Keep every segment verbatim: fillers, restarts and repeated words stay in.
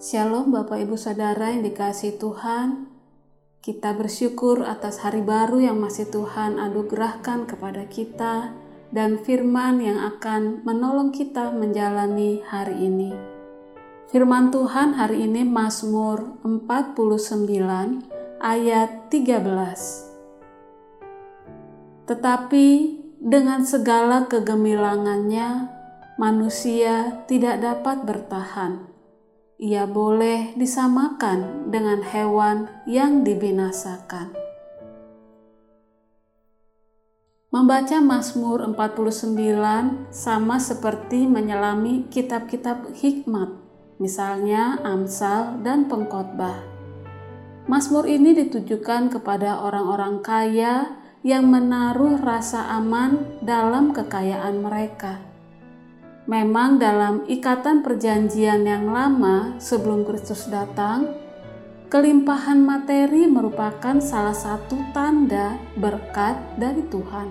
Shalom Bapak Ibu Saudara yang dikasihi Tuhan. Kita bersyukur atas hari baru yang masih Tuhan anugerahkan kepada kita dan firman yang akan menolong kita menjalani hari ini. Firman Tuhan hari ini Mazmur empat puluh sembilan ayat tiga belas. Tetapi dengan segala kegemilangannya manusia tidak dapat bertahan. Ia boleh disamakan dengan hewan yang dibinasakan. Membaca Mazmur empat puluh sembilan sama seperti menyelami kitab-kitab hikmat, misalnya Amsal dan Pengkhotbah. Mazmur ini ditujukan kepada orang-orang kaya yang menaruh rasa aman dalam kekayaan mereka. Memang dalam ikatan perjanjian yang lama sebelum Kristus datang, kelimpahan materi merupakan salah satu tanda berkat dari Tuhan.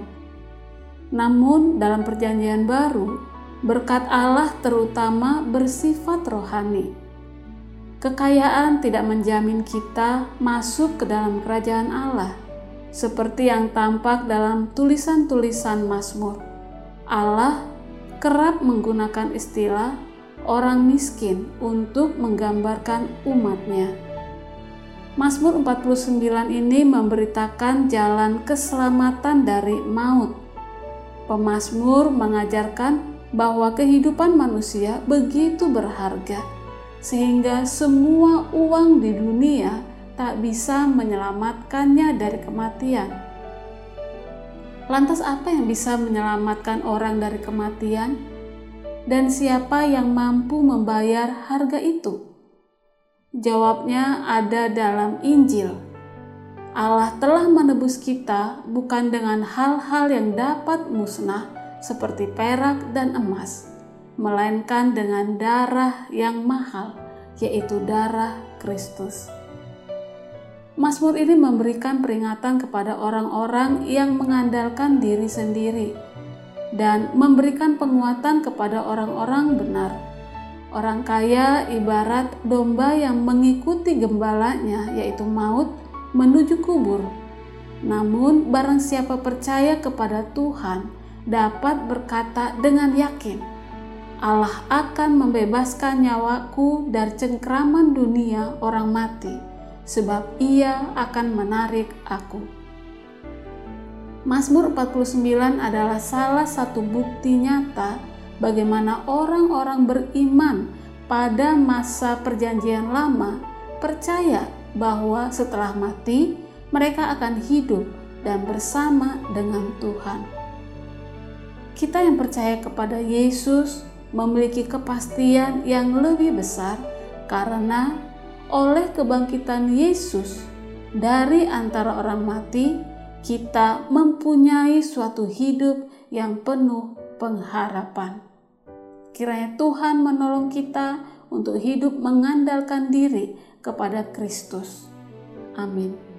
Namun dalam perjanjian baru, berkat Allah terutama bersifat rohani. Kekayaan tidak menjamin kita masuk ke dalam kerajaan Allah, seperti yang tampak dalam tulisan-tulisan Mazmur. Allah kerap menggunakan istilah orang miskin untuk menggambarkan umatnya. Mazmur empat puluh sembilan ini memberitakan jalan keselamatan dari maut. Pemazmur mengajarkan bahwa kehidupan manusia begitu berharga, sehingga semua uang di dunia tak bisa menyelamatkannya dari kematian. Lantas apa yang bisa menyelamatkan orang dari kematian? Dan siapa yang mampu membayar harga itu? Jawabnya ada dalam Injil. Allah telah menebus kita bukan dengan hal-hal yang dapat musnah seperti perak dan emas, melainkan dengan darah yang mahal, yaitu darah Kristus. Mazmur ini memberikan peringatan kepada orang-orang yang mengandalkan diri sendiri dan memberikan penguatan kepada orang-orang benar. Orang kaya ibarat domba yang mengikuti gembalanya, yaitu maut, menuju kubur. Namun barang siapa percaya kepada Tuhan dapat berkata dengan yakin, Allah akan membebaskan nyawaku dari cengkraman dunia orang mati, sebab ia akan menarik aku. Mazmur empat puluh sembilan adalah salah satu bukti nyata bagaimana orang-orang beriman pada masa perjanjian lama percaya bahwa setelah mati mereka akan hidup dan bersama dengan Tuhan. Kita yang percaya kepada Yesus memiliki kepastian yang lebih besar karena oleh kebangkitan Yesus dari antara orang mati, kita mempunyai suatu hidup yang penuh pengharapan. Kiranya Tuhan menolong kita untuk hidup mengandalkan diri kepada Kristus. Amin.